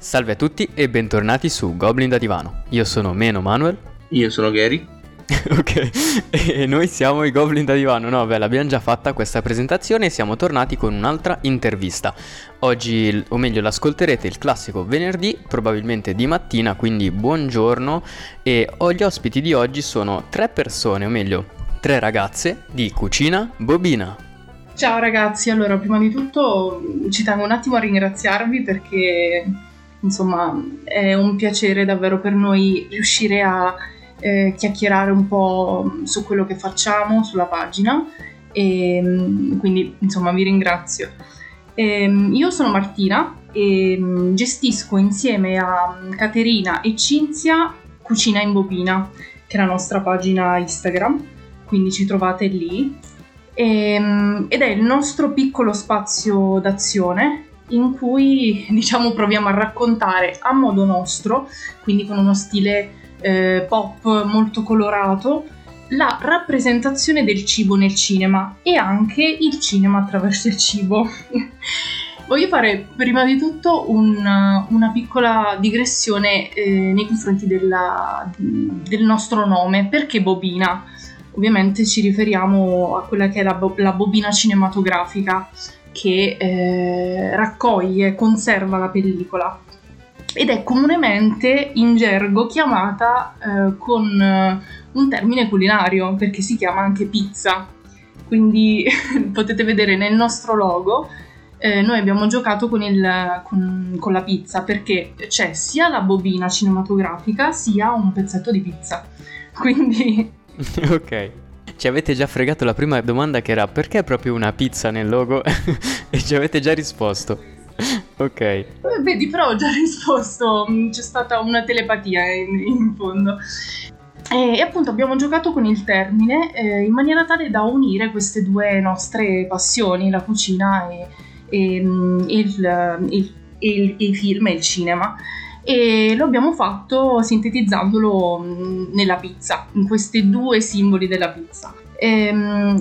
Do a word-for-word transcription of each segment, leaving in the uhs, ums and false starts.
Salve a tutti e bentornati su Goblin da Divano. Io sono Meno Manuel. Io sono Gary. Ok, e noi siamo i Goblin da Divano. No, beh, l'abbiamo già fatta questa presentazione e siamo tornati con un'altra intervista. Oggi, o meglio, l'ascolterete il classico venerdì, probabilmente di mattina, quindi buongiorno. E gli ospiti di oggi sono tre persone, o meglio, tre ragazze di Cucina Bobina. Ciao ragazzi, allora prima di tutto ci tengo un attimo a ringraziarvi perché insomma è un piacere davvero per noi riuscire a eh, chiacchierare un po' su quello che facciamo sulla pagina e quindi insomma vi ringrazio. E, io sono Martina e gestisco insieme a Caterina e Cinzia Cucina in Bobina, che è la nostra pagina Instagram, quindi ci trovate lì. Ed è il nostro piccolo spazio d'azione in cui diciamo proviamo a raccontare a modo nostro, quindi con uno stile eh, pop molto colorato, la rappresentazione del cibo nel cinema e anche il cinema attraverso il cibo. Voglio fare prima di tutto una, una piccola digressione eh, nei confronti della, del nostro nome. Perché Bobina? Ovviamente ci riferiamo a quella che è la, bo- la bobina cinematografica che eh, raccoglie, conserva la pellicola ed è comunemente in gergo chiamata eh, con eh, un termine culinario, perché si chiama anche pizza. Quindi potete vedere nel nostro logo eh, noi abbiamo giocato con, il, con, con la pizza, perché c'è sia la bobina cinematografica sia un pezzetto di pizza. Quindi ok, ci avete già fregato la prima domanda, che era perché proprio una pizza nel logo e ci avete già risposto. Ok. Eh, vedi, però ho già risposto, c'è stata una telepatia in, in fondo. E, e appunto abbiamo giocato con il termine eh, in maniera tale da unire queste due nostre passioni, la cucina e, e, e, il, il, e, il, e i film e il cinema. E lo abbiamo fatto sintetizzandolo nella pizza, in questi due simboli della pizza. E,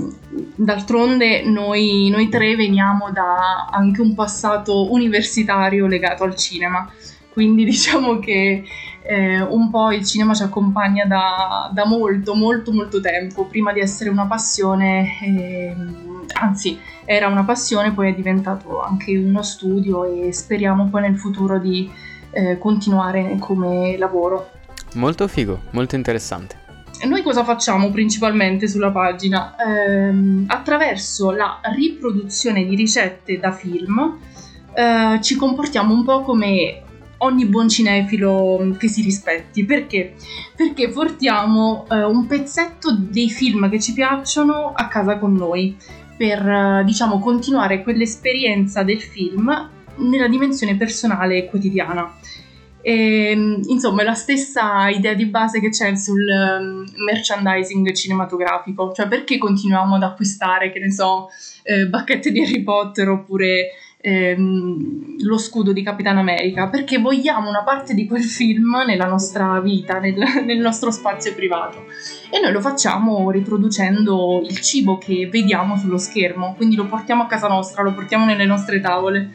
d'altronde noi, noi tre veniamo da anche un passato universitario legato al cinema, quindi diciamo che eh, un po' il cinema ci accompagna da, da molto molto molto tempo. Prima di essere una passione, eh, anzi era una passione, poi è diventato anche uno studio e speriamo poi nel futuro di Eh, continuare come lavoro. Molto figo, molto interessante. E noi cosa facciamo principalmente sulla pagina? Eh, attraverso la riproduzione di ricette da film eh, ci comportiamo un po' come ogni buon cinefilo che si rispetti. Perché? Perché portiamo eh, un pezzetto dei film che ci piacciono a casa con noi per eh, diciamo continuare quell'esperienza del film nella dimensione personale e quotidiana. E, insomma, è la stessa idea di base che c'è sul um, merchandising cinematografico, cioè perché continuiamo ad acquistare, che ne so, eh, bacchette di Harry Potter oppure ehm, lo scudo di Capitan America, perché vogliamo una parte di quel film nella nostra vita, nel, nel nostro spazio privato, e noi lo facciamo riproducendo il cibo che vediamo sullo schermo, quindi lo portiamo a casa nostra, lo portiamo nelle nostre tavole.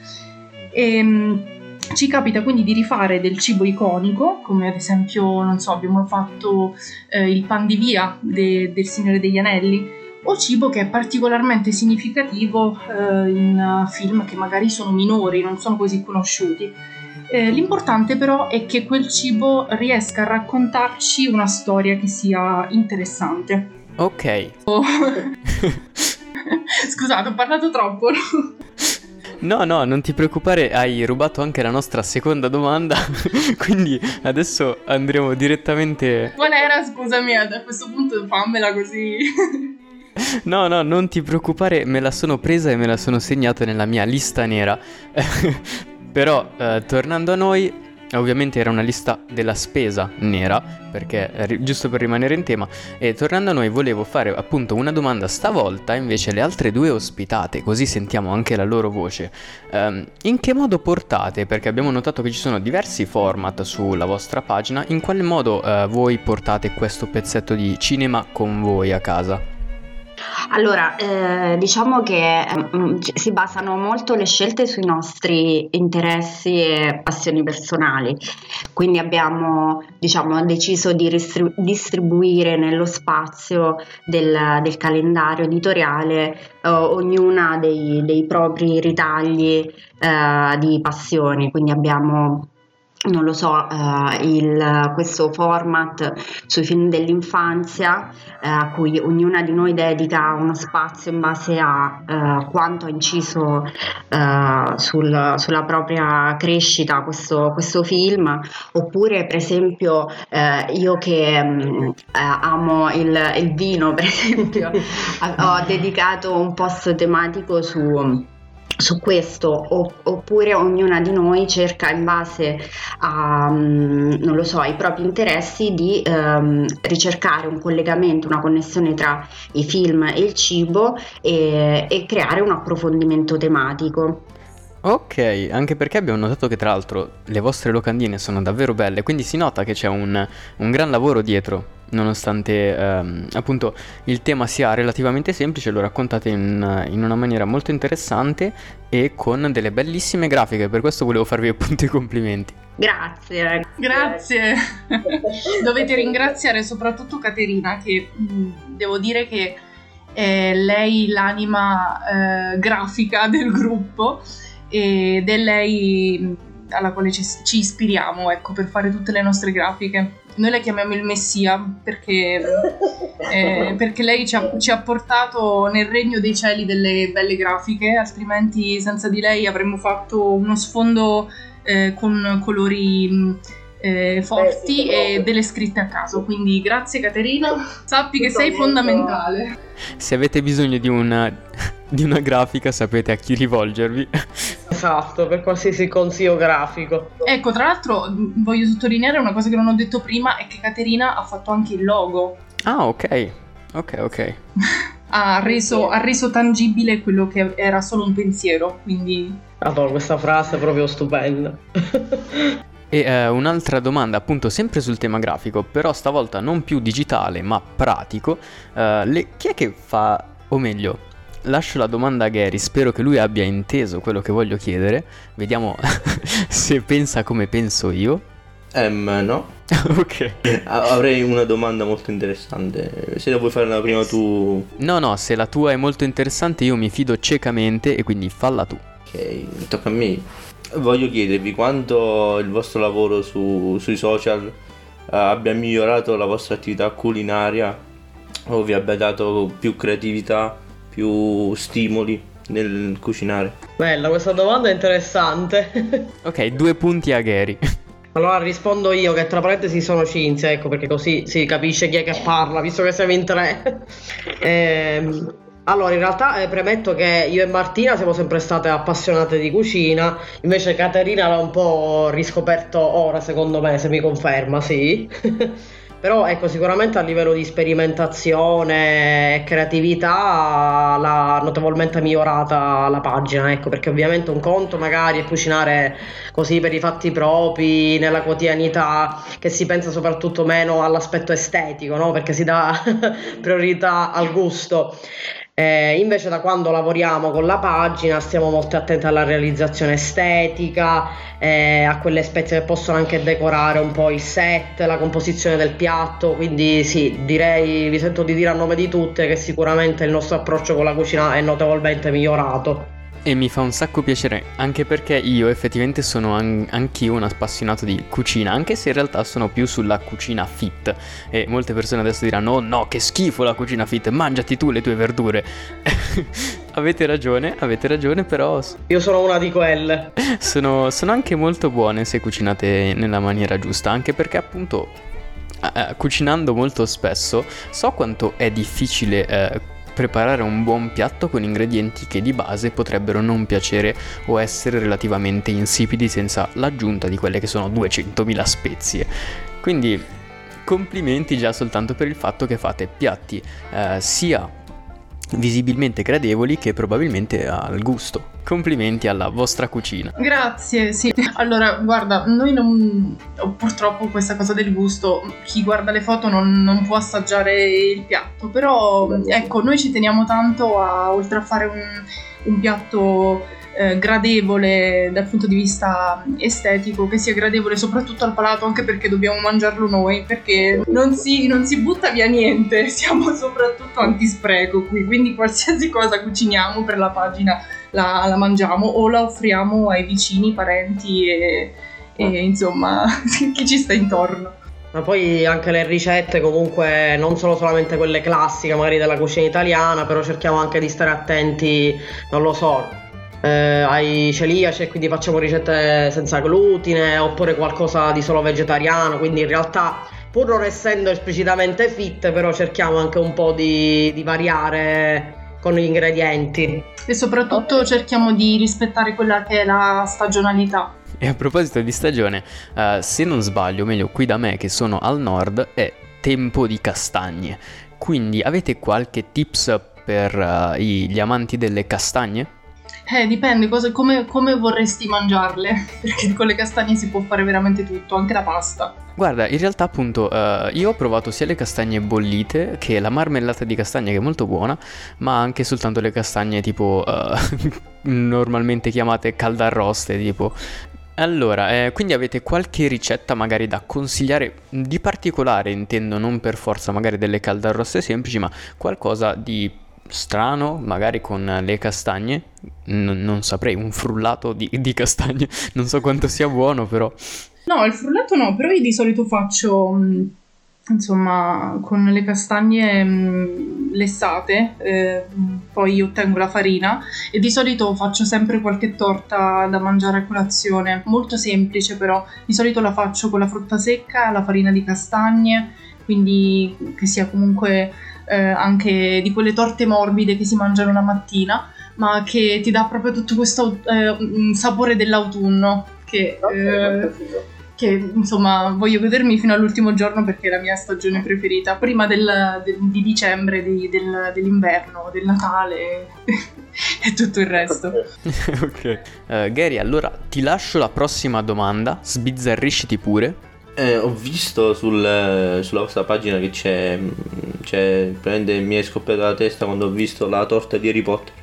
E, ci capita quindi di rifare del cibo iconico, come ad esempio, non so, abbiamo fatto eh, il pan di via de, del Signore degli Anelli, o cibo che è particolarmente significativo eh, in film che magari sono minori, non sono così conosciuti. Eh, l'importante però è che quel cibo riesca a raccontarci una storia che sia interessante. Ok. Oh. Scusate, ho parlato troppo, no? No, no, non ti preoccupare, hai rubato anche la nostra seconda domanda, quindi adesso andremo direttamente... Qual era, scusami, a questo punto fammela così... No, no, non ti preoccupare, me la sono presa e me la sono segnata nella mia lista nera. Però, eh, tornando a noi, ovviamente era una lista della spesa nera, perché eh, giusto per rimanere in tema. E tornando a noi, volevo fare appunto una domanda stavolta invece alle altre due ospitate, così sentiamo anche la loro voce. Um, in che modo portate, perché abbiamo notato che ci sono diversi format sulla vostra pagina, in quale modo uh, voi portate questo pezzetto di cinema con voi a casa? Allora, eh, diciamo che mm, ci- si basano molto le scelte sui nostri interessi e passioni personali, quindi abbiamo, diciamo, deciso di ristri- distribuire nello spazio del, del calendario editoriale eh, ognuna dei, dei propri ritagli eh, di passioni, quindi abbiamo, non lo so, eh, il- questo format sui film dell'infanzia eh, a cui ognuna di noi dedica uno spazio in base a eh, quanto ha inciso eh, sul- sulla propria crescita questo, questo film, oppure per esempio eh, io che mm, eh, amo il, il vino, per esempio, ho ho dedicato un post tematico su su questo, o- oppure ognuna di noi cerca in base a, mm, non lo so, ai propri interessi di ehm, ricercare un collegamento, una connessione tra i film e il cibo e, e creare un approfondimento tematico. Ok, anche perché abbiamo notato che tra l'altro le vostre locandine sono davvero belle, quindi si nota che c'è un, un gran lavoro dietro, nonostante ehm, appunto il tema sia relativamente semplice, lo raccontate in, in una maniera molto interessante e con delle bellissime grafiche, per questo volevo farvi appunto i complimenti. Grazie. Grazie. Dovete ringraziare soprattutto Caterina, che mh, devo dire che è lei l'anima eh, grafica del gruppo ed è lei mh, alla quale ci, ci ispiriamo, ecco, per fare tutte le nostre grafiche. Noi la chiamiamo il Messia perché, eh, perché lei ci ha, ci ha portato nel regno dei cieli delle belle grafiche, altrimenti senza di lei avremmo fatto uno sfondo eh, con colori mh, eh, forti e delle scritte a caso. Quindi grazie Caterina, sappi che sei fondamentale. Se avete bisogno di una, di una grafica sapete a chi rivolgervi. Esatto, per qualsiasi consiglio grafico. Ecco, tra l'altro mh, voglio sottolineare una cosa che non ho detto prima, è che Caterina ha fatto anche il logo. Ah, ok, ok, ok. Ha reso, ha reso tangibile quello che era solo un pensiero, quindi... Adoro questa frase, è proprio stupenda. E eh, un'altra domanda, appunto, sempre sul tema grafico, però stavolta non più digitale, ma pratico. Eh, le- chi è che fa, o meglio, lascio la domanda a Gary, spero che lui abbia inteso quello che voglio chiedere. Vediamo se pensa come penso io. Ehm, no. Ok. A- Avrei una domanda molto interessante. Se la vuoi fare la prima tu. No, no, se la tua è molto interessante io mi fido ciecamente e quindi falla tu. Ok, tocca a me. Voglio chiedervi quanto il vostro lavoro su- sui social eh, abbia migliorato la vostra attività culinaria o vi abbia dato più creatività, più stimoli nel cucinare. Bella, questa domanda è interessante. Ok, due punti a Gary. Allora rispondo io, che tra parentesi sono Cinzia, ecco, perché così si capisce chi è che parla, visto che siamo in tre. Ehm, allora, in realtà eh, premetto che io e Martina siamo sempre state appassionate di cucina, invece Caterina l'ha un po' riscoperto ora, secondo me, se mi conferma, sì. Però ecco, sicuramente a livello di sperimentazione e creatività l'ha notevolmente migliorata la pagina, ecco, perché ovviamente un conto magari è cucinare così per i fatti propri, nella quotidianità, che si pensa soprattutto meno all'aspetto estetico, no? Perché si dà priorità al gusto. Eh, invece da quando lavoriamo con la pagina stiamo molto attenti alla realizzazione estetica, eh, a quelle spezie che possono anche decorare un po' il set, la composizione del piatto, quindi sì, direi, vi sento di dire a nome di tutte che sicuramente il nostro approccio con la cucina è notevolmente migliorato. E mi fa un sacco piacere, anche perché io effettivamente sono an- anch'io un appassionato di cucina, anche se in realtà sono più sulla cucina fit. E molte persone adesso diranno: oh no, che schifo la cucina fit, mangiati tu le tue verdure. Avete ragione, avete ragione, però s- Io sono una di quelle. sono, sono anche molto buone se cucinate nella maniera giusta, anche perché appunto eh, cucinando molto spesso so quanto è difficile eh, preparare un buon piatto con ingredienti che di base potrebbero non piacere o essere relativamente insipidi senza l'aggiunta di quelle che sono duecentomila spezie. Quindi complimenti già soltanto per il fatto che fate piatti eh, sia visibilmente gradevoli che probabilmente al gusto. Complimenti alla vostra cucina. Grazie, sì. Allora, guarda, noi non... purtroppo questa cosa del gusto, chi guarda le foto non, non può assaggiare il piatto, però ecco, noi ci teniamo tanto a, oltre a fare un, un piatto eh, gradevole dal punto di vista estetico, che sia gradevole soprattutto al palato, anche perché dobbiamo mangiarlo noi, perché non si, non si butta via niente, siamo soprattutto antispreco qui, quindi qualsiasi cosa cuciniamo per la pagina La, la mangiamo o la offriamo ai vicini, parenti e, e insomma chi ci sta intorno. Ma poi anche le ricette comunque non sono solamente quelle classiche magari della cucina italiana, però cerchiamo anche di stare attenti, non lo so, eh, ai celiaci, quindi facciamo ricette senza glutine oppure qualcosa di solo vegetariano, quindi in realtà pur non essendo esplicitamente fit, però cerchiamo anche un po' di, di variare con gli ingredienti. E soprattutto cerchiamo di rispettare quella che è la stagionalità. E a proposito di stagione, uh, se non sbaglio, meglio qui da me che sono al nord, è tempo di castagne. Quindi avete qualche tips per uh, i, gli amanti delle castagne? Eh, dipende cosa, come, come vorresti mangiarle, perché con le castagne si può fare veramente tutto, anche la pasta. Guarda, in realtà appunto uh, io ho provato sia le castagne bollite che la marmellata di castagne, che è molto buona, ma anche soltanto le castagne tipo uh, normalmente chiamate caldarroste, tipo. Allora, eh, quindi avete qualche ricetta magari da consigliare di particolare, intendo non per forza magari delle caldarroste semplici, ma qualcosa di strano, magari con le castagne? N- non saprei, un frullato di, di castagne, non so quanto sia buono però. No, il frullato no, però io di solito faccio, mh, insomma, con le castagne mh, lessate, eh, poi ottengo la farina e di solito faccio sempre qualche torta da mangiare a colazione, molto semplice però, di solito la faccio con la frutta secca, la farina di castagne, quindi che sia comunque eh, anche di quelle torte morbide che si mangiano la mattina, ma che ti dà proprio tutto questo eh, sapore dell'autunno che... Eh, che insomma voglio godermi fino all'ultimo giorno perché è la mia stagione preferita, prima del, del, di dicembre, di, del, dell'inverno, del Natale e tutto il resto. Ok, uh, Gary, allora ti lascio la prossima domanda, sbizzarrisciti pure. Eh, ho visto sul, sulla vostra pagina che c'è, c'è prende, mi è scoppiata la testa quando ho visto la torta di Harry Potter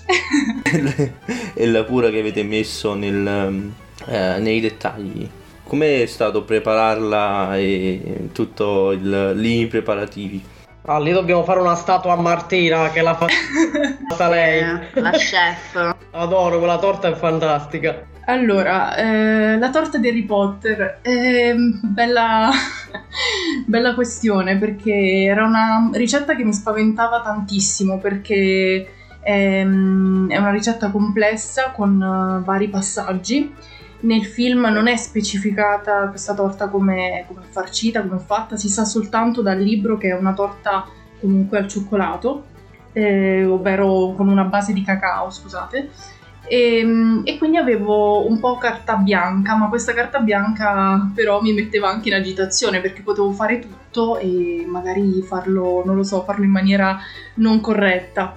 e la cura che avete messo nel, eh, nei dettagli. Com'è stato prepararla e tutto il, lì i preparativi? Ah, lì dobbiamo fare una statua a Martina che l'ha fatta lei. Eh, la chef. Adoro, quella torta è fantastica. Allora, eh, la torta di Harry Potter, eh, bella, bella questione perché era una ricetta che mi spaventava tantissimo perché ehm, è una ricetta complessa con uh, vari passaggi. Nel film non è specificata questa torta come, come farcita, come è fatta, si sa soltanto dal libro che è una torta comunque al cioccolato, eh, ovvero con una base di cacao, scusate, e, e quindi avevo un po' carta bianca, ma questa carta bianca però mi metteva anche in agitazione perché potevo fare tutto e magari farlo, non lo so, farlo in maniera non corretta.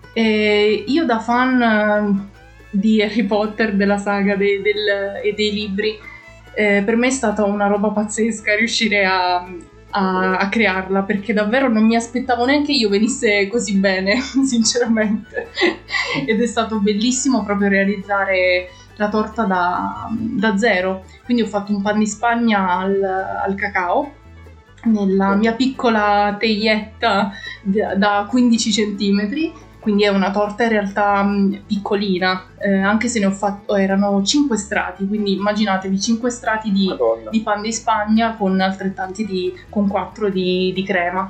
E io da fan di Harry Potter, della saga de, del, e dei libri, eh, per me è stata una roba pazzesca riuscire a, a, a crearla perché davvero non mi aspettavo neanche io venisse così bene sinceramente ed è stato bellissimo proprio realizzare la torta da, da zero, quindi ho fatto un pan di Spagna al, al cacao nella mia piccola teietta da quindici centimetri. Quindi è una torta in realtà mh, piccolina, eh, anche se ne ho fatto, erano cinque strati, quindi immaginatevi cinque strati di, di pan di Spagna con altrettanti di, con quattro di, di crema.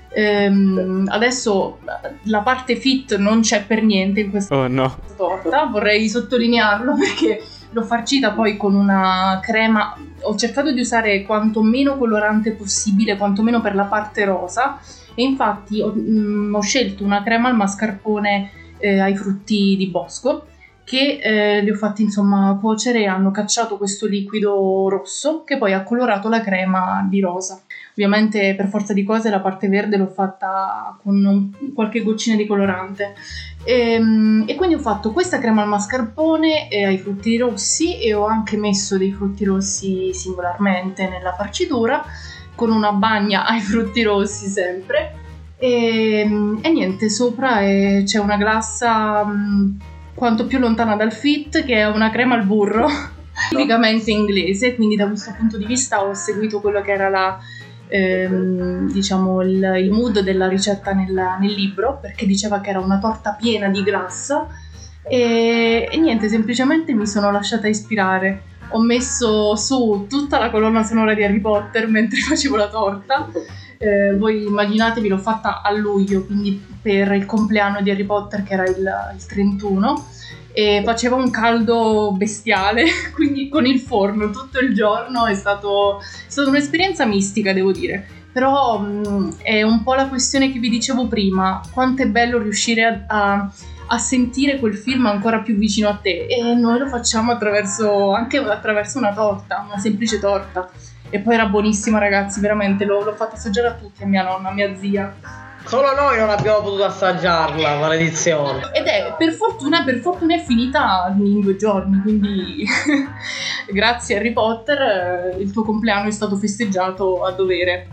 Ehm, adesso la parte fit non c'è per niente in questa oh, no. torta, vorrei sottolinearlo perché l'ho farcita poi con una crema, ho cercato di usare quanto meno colorante possibile, quantomeno per la parte rosa, e infatti ho, mh, ho scelto una crema al mascarpone eh, ai frutti di bosco che eh, li ho fatti insomma cuocere e hanno cacciato questo liquido rosso che poi ha colorato la crema di rosa. Ovviamente per forza di cose la parte verde l'ho fatta con un, qualche goccina di colorante. E, e quindi ho fatto questa crema al mascarpone e ai frutti rossi e ho anche messo dei frutti rossi singolarmente nella farcitura con una bagna ai frutti rossi sempre. E, e niente, sopra è, c'è una glassa mh, quanto più lontana dal fit, che è una crema al burro tipicamente inglese, quindi da questo punto di vista ho seguito quello che era la ehm, diciamo il, il mood della ricetta nel, nel libro, perché diceva che era una torta piena di glassa e, e niente, semplicemente mi sono lasciata ispirare. Ho messo su tutta la colonna sonora di Harry Potter mentre facevo la torta. Eh, voi immaginatevi, l'ho fatta a luglio, quindi per il compleanno di Harry Potter, che era il, il trentuno, e faceva un caldo bestiale, quindi con il forno tutto il giorno è stato, è stata un'esperienza mistica, devo dire. Però mh, è un po' la questione che vi dicevo prima, quanto è bello riuscire a, a, a sentire quel film ancora più vicino a te, e noi lo facciamo attraverso, anche attraverso una torta, una semplice torta. E poi era buonissima, ragazzi, veramente, l'ho, l'ho fatta assaggiare a tutti, a mia nonna, a mia zia. Solo noi non abbiamo potuto assaggiarla, maledizione. Ed è, per fortuna, per fortuna è finita in due giorni, quindi grazie Harry Potter il tuo compleanno è stato festeggiato a dovere.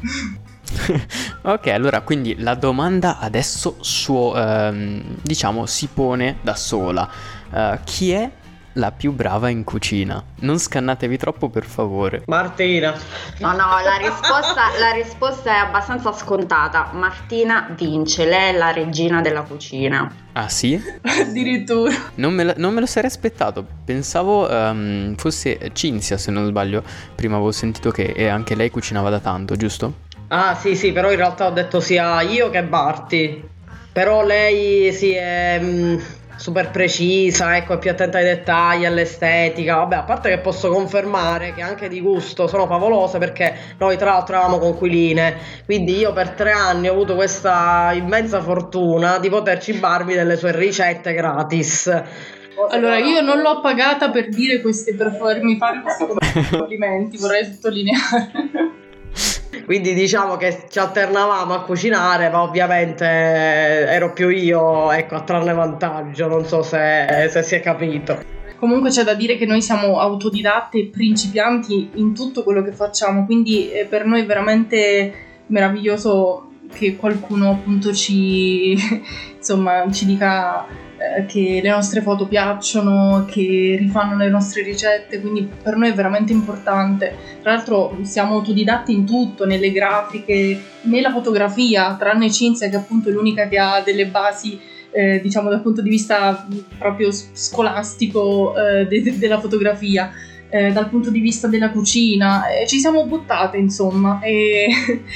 Ok, allora quindi la domanda adesso suo, ehm, diciamo si pone da sola. Uh, chi è la più brava in cucina? Non scannatevi troppo, per favore. Martina. No, no, la risposta, la risposta è abbastanza scontata. Martina vince, lei è la regina della cucina. Ah sì? Addirittura. Non me, la, non me lo sarei aspettato. Pensavo um, fosse Cinzia, se non sbaglio. Prima avevo sentito che anche lei cucinava da tanto, giusto? Ah sì sì, però in realtà ho detto sia io che Barti. Però lei si è mh, super precisa, ecco, è più attenta ai dettagli, all'estetica. Vabbè, a parte che posso confermare che anche di gusto sono favolose, perché noi tra l'altro eravamo conquiline, quindi io per tre anni ho avuto questa immensa fortuna di poter cibarmi delle sue ricette gratis. Allora, io non l'ho pagata per dire queste, per farmi fare questi complimenti, vorrei sottolineare. Quindi diciamo che ci alternavamo a cucinare, ma ovviamente ero più io, ecco, a trarne vantaggio, non so se, se si è capito. Comunque c'è da dire che noi siamo autodidatte e principianti in tutto quello che facciamo, quindi eh, per noi è veramente meraviglioso che qualcuno appunto ci, insomma, ci dica eh, che le nostre foto piacciono, che rifanno le nostre ricette, quindi per noi è veramente importante. Tra l'altro siamo autodidatti in tutto, nelle grafiche, nella fotografia, tranne Cinzia che appunto è l'unica che ha delle basi eh, diciamo dal punto di vista proprio scolastico eh, de- de- della fotografia. Eh, dal punto di vista della cucina, eh, ci siamo buttate insomma e...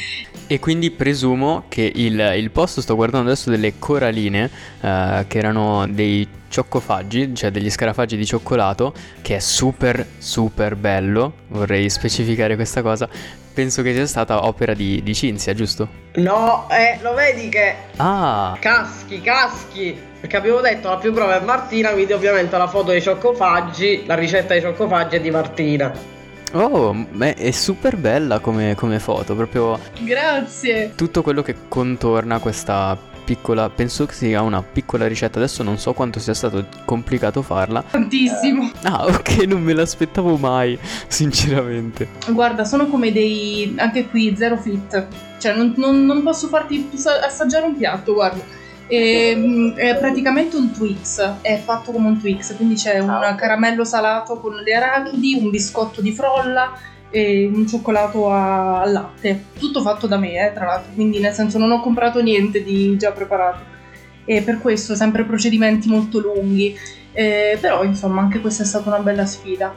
E quindi presumo che il, il posto, sto guardando adesso delle coraline eh, che erano dei cioccofaggi, cioè degli scarafaggi di cioccolato, che è super super bello, vorrei specificare questa cosa. Penso che sia stata opera di, di Cinzia, giusto? No, eh, lo vedi che Ah, caschi, caschi, perché abbiamo detto la più brava è Martina, quindi ovviamente la foto dei cioccofaggi, la ricetta dei cioccofaggi è di Martina. oh, beh, è super bella come, come foto, proprio Grazie! tutto quello che contorna questa piccola, penso che sia una piccola ricetta, adesso non so quanto sia stato complicato farla. Tantissimo! Ah, ok, non me l'aspettavo mai, sinceramente. Guarda, sono come dei... anche qui zero fit, cioè non, non, non posso farti assaggiare un piatto, guarda. E, mh, è praticamente un Twix, è fatto come un Twix, quindi c'è un caramello salato con le arachidi, un biscotto di frolla e un cioccolato a, al latte, tutto fatto da me, eh, tra l'altro, quindi nel senso non ho comprato niente di già preparato, e per questo sempre procedimenti molto lunghi, eh, però insomma anche questa è stata una bella sfida.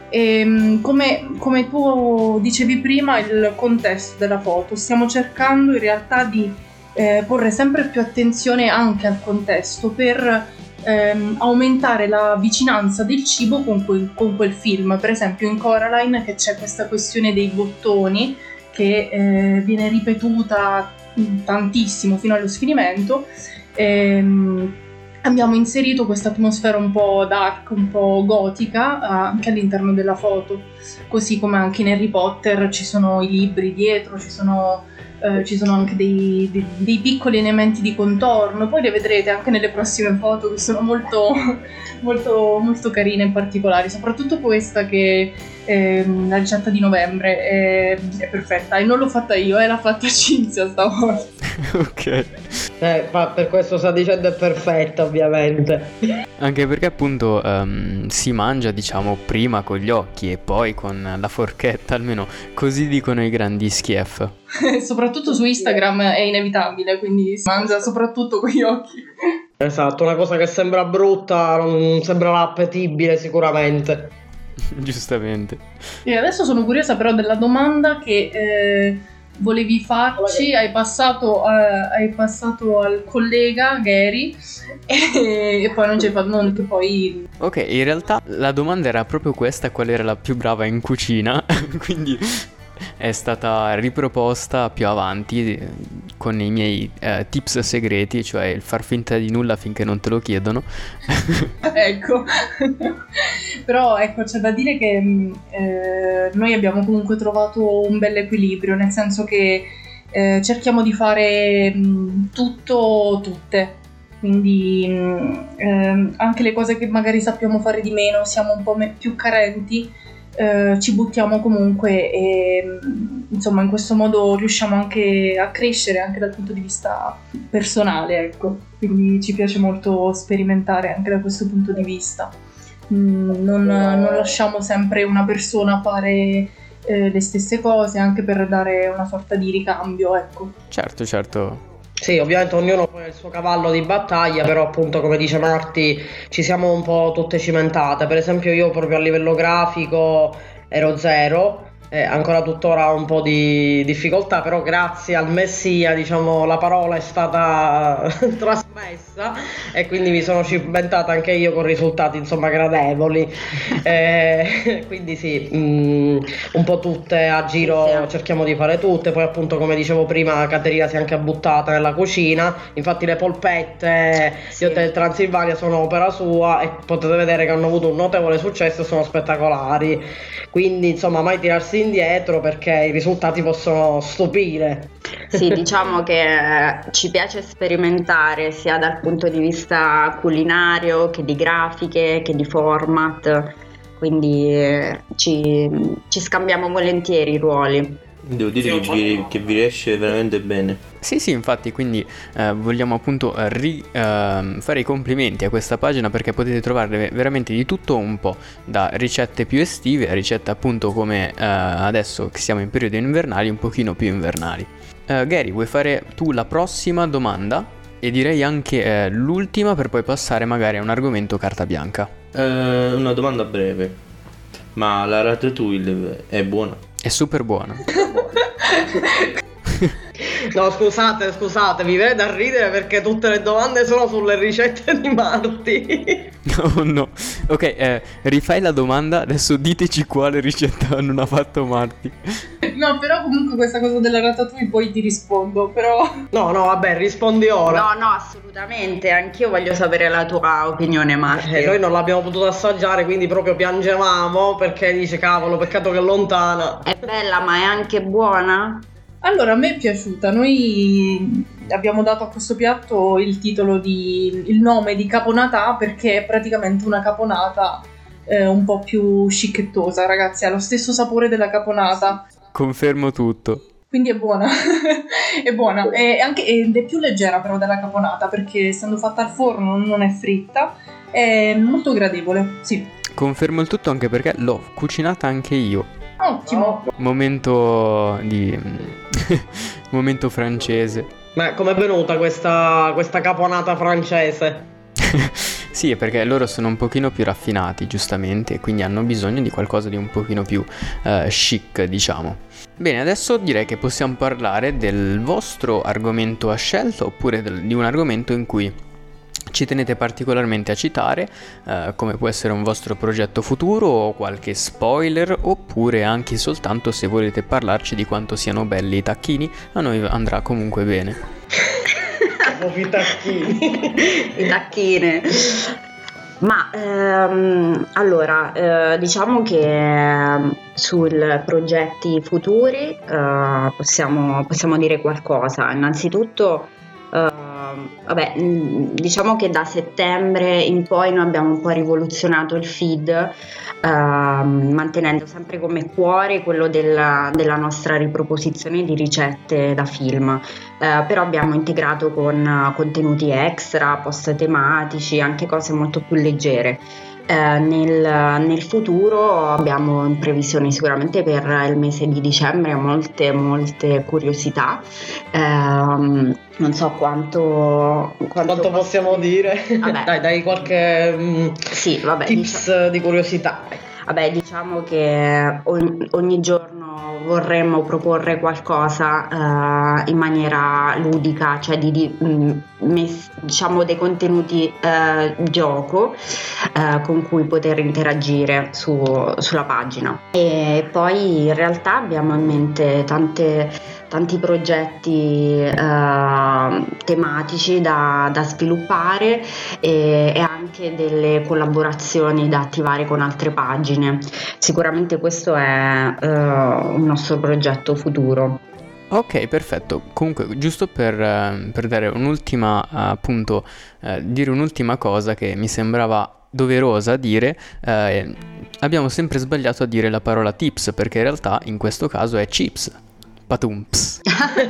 E, come, come tu dicevi prima, il contesto della foto, stiamo cercando in realtà di Eh, porre sempre più attenzione anche al contesto per ehm, aumentare la vicinanza del cibo con quel, con quel film. Per esempio in Coraline che c'è questa questione dei bottoni che eh, viene ripetuta tantissimo fino allo sfinimento, ehm, abbiamo inserito questa atmosfera un po' dark, un po' gotica anche all'interno della foto, così come anche in Harry Potter ci sono i libri dietro, ci sono, eh, ci sono anche dei, dei, dei piccoli elementi di contorno, poi le vedrete anche nelle prossime foto che sono molto, molto, molto carine e particolari, soprattutto questa che è la ricetta di novembre è, è perfetta e non l'ho fatta io, eh, l'ha fatta Cinzia stavolta. Ok. Eh, ma per questo sta dicendo è perfetta, ovviamente. Anche perché appunto um, si mangia, diciamo, prima con gli occhi e poi con la forchetta, almeno così dicono i grandi schief. Soprattutto su Instagram è inevitabile, quindi si mangia soprattutto con gli occhi. Esatto, una cosa che sembra brutta non sembrerà appetibile sicuramente. Giustamente. E adesso sono curiosa però della domanda che eh, volevi farci, hai passato, eh, hai passato al collega Gary e, e poi non c'è fatto non che poi... Ok, in realtà la domanda era proprio questa, qual era la più brava in cucina, quindi è stata riproposta più avanti eh, con i miei eh, tips segreti, cioè il far finta di nulla finché non te lo chiedono. Ecco, però ecco c'è da dire che eh, noi abbiamo comunque trovato un bel equilibrio, nel senso che eh, cerchiamo di fare mh, tutto, tutte, quindi mh, eh, anche le cose che magari sappiamo fare di meno, siamo un po' me- più carenti, eh, ci buttiamo comunque e mh, insomma in questo modo riusciamo anche a crescere anche dal punto di vista personale, ecco, quindi ci piace molto sperimentare anche da questo punto di vista. Mm, non, non lasciamo sempre una persona fare eh, le stesse cose anche per dare una sorta di ricambio, ecco. Certo, certo. Sì, ovviamente ognuno poi ha il suo cavallo di battaglia, però appunto come dice Marti ci siamo un po' tutte cimentate. Per esempio io proprio a livello grafico ero zero, eh, ancora tuttora ho un po' di difficoltà, però grazie al Messia, diciamo, la parola è stata trasmessa e quindi mi sono cimentata anche io con risultati insomma gradevoli. Eh, quindi sì, mh, un po' tutte a giro Sì, sì. cerchiamo di fare tutte. Poi appunto come dicevo prima Caterina si è anche buttata nella cucina, infatti le polpette Sì. di Hotel Transilvania sono opera sua e potete vedere che hanno avuto un notevole successo e sono spettacolari, quindi insomma mai tirarsi indietro perché i risultati possono stupire. Sì, diciamo che ci piace sperimentare sia dal punto di vista culinario che di grafiche che di format, quindi eh, ci, ci scambiamo volentieri i ruoli. Devo dire che vi, che vi riesce veramente bene. Sì, sì, infatti, quindi eh, vogliamo appunto eh, ri, eh, fare i complimenti a questa pagina perché potete trovare veramente di tutto un po', da ricette più estive a ricette appunto come eh, adesso che siamo in periodo invernali, un pochino più invernali. Eh, Gary, vuoi fare tu la prossima domanda? E direi anche eh, l'ultima per poi passare magari a un argomento carta bianca. Eh, una domanda breve. Ma la ratatouille è buona? È super buona. No, scusate, scusate, mi viene da ridere perché tutte le domande sono sulle ricette di Marti. No, no. Ok, eh, rifai la domanda, adesso diteci quale ricetta non ha fatto Marti. No, però comunque questa cosa della ratatouille poi ti rispondo, però... No, no, vabbè, rispondi ora. No, no, assolutamente, anch'io voglio sapere la tua opinione, Marti. Eh, noi non l'abbiamo potuto assaggiare, quindi proprio piangevamo perché dice cavolo, peccato che è lontana. È bella, ma è anche buona? Allora, a me è piaciuta. Noi abbiamo dato a questo piatto il titolo di... il nome di caponata perché è praticamente una caponata eh, un po' più scicchettosa, ragazzi, ha lo stesso sapore della caponata. Confermo tutto. Quindi è buona, è buona, è anche, ed è più leggera però della caponata perché essendo fatta al forno non è fritta, è molto gradevole, sì. Confermo il tutto anche perché l'ho cucinata anche io. Ottimo. Momento di... momento francese. Ma com'è venuta questa, questa caponata francese? Sì, è perché loro sono un pochino più raffinati, giustamente, quindi hanno bisogno di qualcosa di un pochino più uh, chic, diciamo. Bene, adesso direi che possiamo parlare del vostro argomento a scelta, oppure del, di un argomento in cui ci tenete particolarmente a citare, uh, come può essere un vostro progetto futuro o qualche spoiler, oppure anche soltanto se volete parlarci di quanto siano belli i tacchini, a noi andrà comunque bene. proprio i tacchini. I tacchine. Ma ehm, allora, eh, diciamo che sui progetti futuri eh, possiamo, possiamo dire qualcosa. Innanzitutto, eh, vabbè, mh, diciamo che da settembre in poi noi abbiamo un po' rivoluzionato il feed, eh, mantenendo sempre come cuore quello della, della nostra riproposizione di ricette da film. Eh, però abbiamo integrato con uh, contenuti extra, post tematici, anche cose molto più leggere. Eh, nel, nel futuro abbiamo in previsione sicuramente per il mese di dicembre molte molte curiosità. Eh, non so quanto, quanto, quanto possiamo dire. Vabbè. Dai, dai qualche um, sì, vabbè, tips diciamo, di curiosità. Vabbè, diciamo che ogni, ogni giorno vorremmo proporre qualcosa uh, in maniera ludica, cioè di, di mh, mess- diciamo dei contenuti uh, gioco uh, con cui poter interagire su, sulla pagina. E poi in realtà abbiamo in mente tante tanti progetti uh, tematici da, da sviluppare e, e anche delle collaborazioni da attivare con altre pagine. Sicuramente questo è uh, un nostro progetto futuro. Ok, perfetto. Comunque, giusto per, eh, per dare un'ultima, appunto, eh, dire un'ultima cosa che mi sembrava doverosa dire, eh, abbiamo sempre sbagliato a dire la parola tips, perché in realtà in questo caso è chips. Patumps.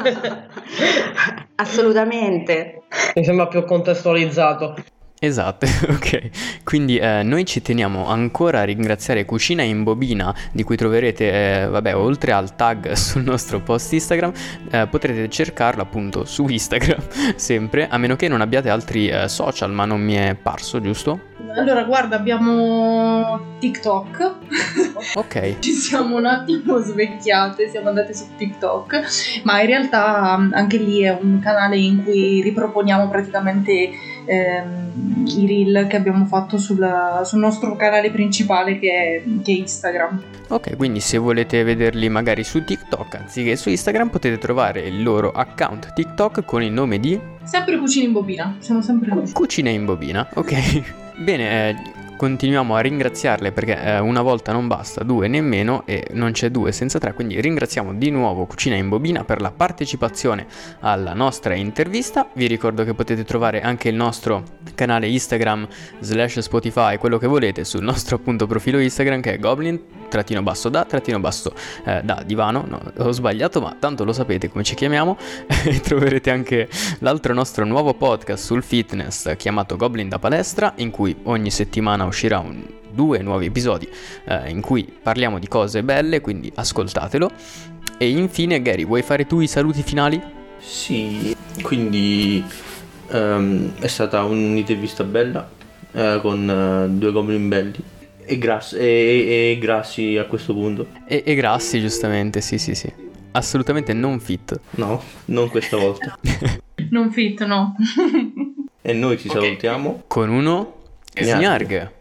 Assolutamente. Mi sembra più contestualizzato. Esatto, ok. Quindi eh, noi ci teniamo ancora a ringraziare Cucina in Bobina, di cui troverete, eh, vabbè, oltre al tag sul nostro post Instagram, eh, potrete cercarlo appunto su Instagram, sempre, a meno che non abbiate altri eh, social, ma non mi è parso, giusto? Allora, guarda, abbiamo TikTok. Ok. Ci siamo un attimo svecchiate, siamo andate su TikTok, ma in realtà anche lì è un canale in cui riproponiamo praticamente ehm, i reel che abbiamo fatto sulla, sul nostro canale principale che è, che è Instagram. Ok, quindi se volete vederli magari su TikTok anziché su Instagram, potete trovare il loro account TikTok con il nome di Sempre Cucina in Bobina, siamo sempre noi. Cucina in Bobina, ok. Bene, eh, continuiamo a ringraziarle perché eh, una volta non basta, due nemmeno, e non c'è due senza tre, quindi ringraziamo di nuovo Cucina in Bobina per la partecipazione alla nostra intervista. Vi ricordo che potete trovare anche il nostro canale Instagram slash Spotify, quello che volete, sul nostro appunto profilo Instagram, che è goblin trattino basso da trattino basso eh, da divano. No, ho sbagliato, ma tanto lo sapete come ci chiamiamo. E troverete anche l'altro nostro nuovo podcast sul fitness chiamato Goblin da Palestra, in cui ogni settimana uscirà un, due nuovi episodi eh, in cui parliamo di cose belle, quindi ascoltatelo. E infine, Gary, vuoi fare tu i saluti finali? Sì, quindi um, è stata un'intervista bella eh, con uh, due goblin belli e grassi, e, e, e grassi a questo punto. E, e grassi, giustamente, sì sì sì. Assolutamente non fit. No, non questa volta. Non fit, no. E noi ci Ok. salutiamo Con uno Gnarg. Gnarg.